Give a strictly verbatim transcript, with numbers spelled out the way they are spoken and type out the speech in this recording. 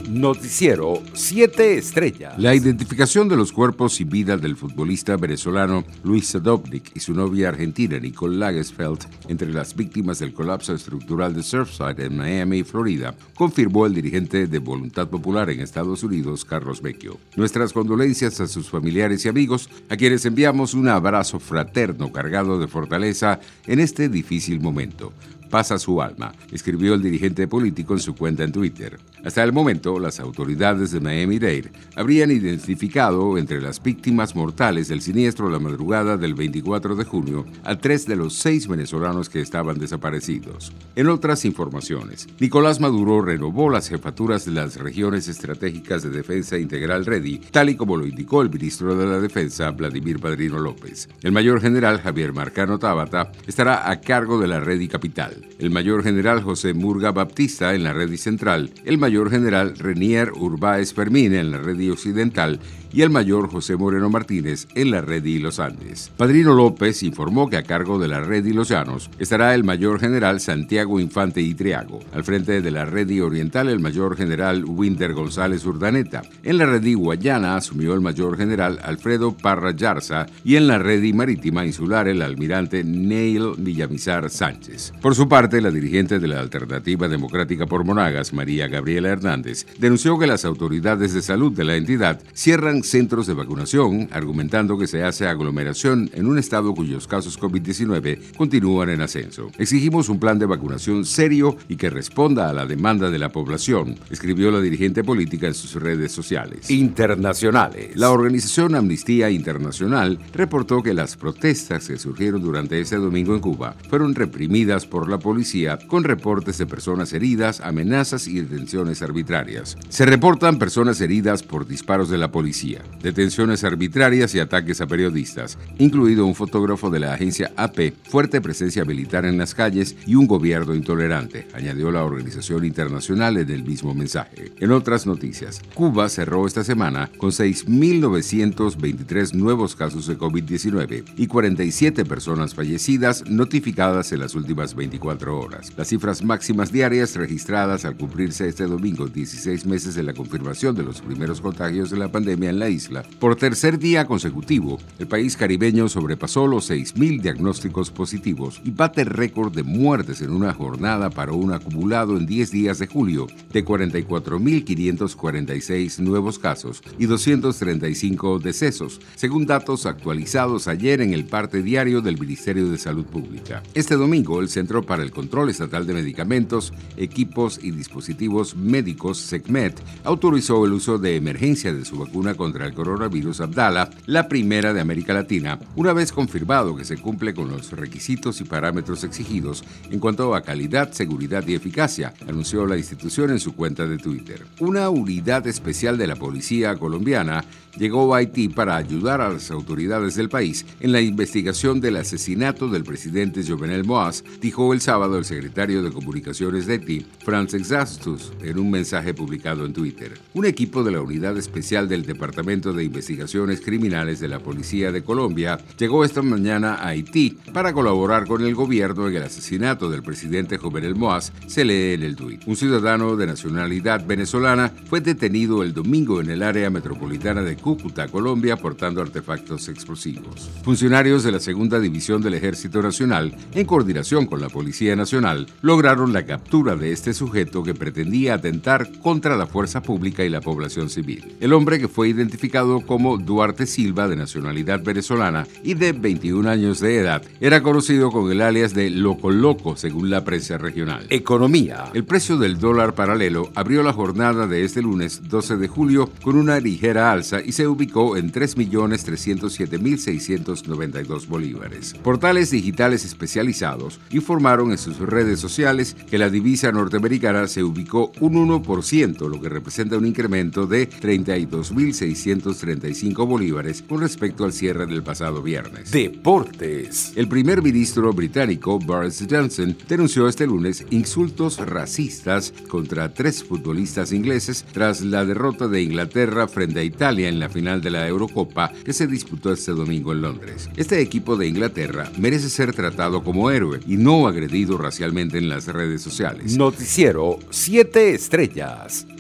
Noticiero siete Estrellas. La identificación de los cuerpos sin vida del futbolista venezolano Luis Sadovnik y su novia argentina Nicole Lagerfeld entre las víctimas del colapso estructural de Surfside en Miami, Florida, confirmó el dirigente de Voluntad Popular en Estados Unidos, Carlos Vecchio. Nuestras condolencias a sus familiares y amigos, a quienes enviamos un abrazo fraterno cargado de fortaleza en este difícil momento. Paz a su alma, escribió el dirigente político en su cuenta en Twitter. Hasta el momento, las autoridades de Miami-Dade habrían identificado entre las víctimas mortales del siniestro la madrugada del veinticuatro de junio a tres de los seis venezolanos que estaban desaparecidos. En otras informaciones, Nicolás Maduro renovó las jefaturas de las regiones estratégicas de defensa integral REDI, tal y como lo indicó el ministro de la Defensa, Vladimir Padrino López. El mayor general Javier Marcano Tabata estará a cargo de la REDI Capital, el mayor general José Murga Baptista en la REDI Central, el mayor general Renier Urbáez Fermín en la REDI Occidental y el mayor José Moreno Martínez en la REDI Los Andes. Padrino López informó que a cargo de la REDI Los Llanos estará el mayor general Santiago Infante Itriago. Al frente de la REDI Oriental, el mayor general Winter González Urdaneta. En la REDI Guayana asumió el mayor general Alfredo Parra Yarza y en la REDI Marítima Insular el almirante Neil Villamizar Sánchez. Por su parte, la dirigente de la Alternativa Democrática por Monagas, María Gabriela Hernández, denunció que las autoridades de salud de la entidad cierran centros de vacunación, argumentando que se hace aglomeración en un estado cuyos casos COVID diecinueve continúan en ascenso. Exigimos un plan de vacunación serio y que responda a la demanda de la población, escribió la dirigente política en sus redes sociales. Internacionales. La organización Amnistía Internacional reportó que las protestas que surgieron durante este domingo en Cuba fueron reprimidas por la policía con reportes de personas heridas, amenazas y detenciones arbitrarias. Se reportan personas heridas por disparos de la policía, detenciones arbitrarias y ataques a periodistas, incluido un fotógrafo de la agencia A P, fuerte presencia militar en las calles y un gobierno intolerante, añadió la organización internacional en el mismo mensaje. En otras noticias, Cuba cerró esta semana con seis mil novecientos veintitrés nuevos casos de COVID diecinueve y cuarenta y siete personas fallecidas notificadas en las últimas veinticuatro horas. Las cifras máximas diarias registradas al cumplirse este domingo dieciséis meses de la confirmación de los primeros contagios de la pandemia en la isla. Por tercer día consecutivo, el país caribeño sobrepasó los seis mil diagnósticos positivos y bate récord de muertes en una jornada para un acumulado en diez días de julio de cuarenta y cuatro mil quinientos cuarenta y seis nuevos casos y doscientos treinta y cinco decesos, según datos actualizados ayer en el parte diario del Ministerio de Salud Pública. Este domingo, el Centro para el Control Estatal de Medicamentos, Equipos y Dispositivos Médicos, SECMED, autorizó el uso de emergencia de su vacuna contra el coronavirus Abdala, la primera de América Latina, una vez confirmado que se cumple con los requisitos y parámetros exigidos en cuanto a calidad, seguridad y eficacia, anunció la institución en su cuenta de Twitter. Una unidad especial de la policía colombiana llegó a Haití para ayudar a las autoridades del país en la investigación del asesinato del presidente Jovenel Moïse, dijo el sábado el secretario de Comunicaciones de Haití, Frances Gastus, en un mensaje publicado en Twitter. Un equipo de la Unidad Especial del Departamento de Investigaciones Criminales de la Policía de Colombia llegó esta mañana a Haití para colaborar con el gobierno en el asesinato del presidente Jovenel Moïse, se lee en el tuit. Un ciudadano de nacionalidad venezolana fue detenido el domingo en el área metropolitana de Cúcuta, Colombia, portando artefactos explosivos. Funcionarios de la Segunda División del Ejército Nacional, en coordinación con la Policía Nacional, lograron la captura de este sujeto que pretendía atentar contra la fuerza pública y la población civil. El hombre, que fue identificado como Duarte Silva, de nacionalidad venezolana y de veintiún años de edad, era conocido con el alias de Loco Loco, según la prensa regional. Economía. El precio del dólar paralelo abrió la jornada de este lunes doce de julio con una ligera alza y se ubicó en tres millones trescientos siete mil seiscientos noventa y dos bolívares. Portales digitales especializados informaron en sus redes sociales que la divisa norteamericana se ubicó un uno por ciento, lo que representa un incremento de treinta y dos mil seiscientos treinta y cinco bolívares con respecto al cierre del pasado viernes. Deportes. El primer ministro británico Boris Johnson denunció este lunes insultos racistas contra tres futbolistas ingleses tras la derrota de Inglaterra frente a Italia en la final de la Eurocopa que se disputó este domingo en Londres. Este equipo de Inglaterra merece ser tratado como héroe y no agredido racialmente en las redes sociales. Noticiero siete Estrellas.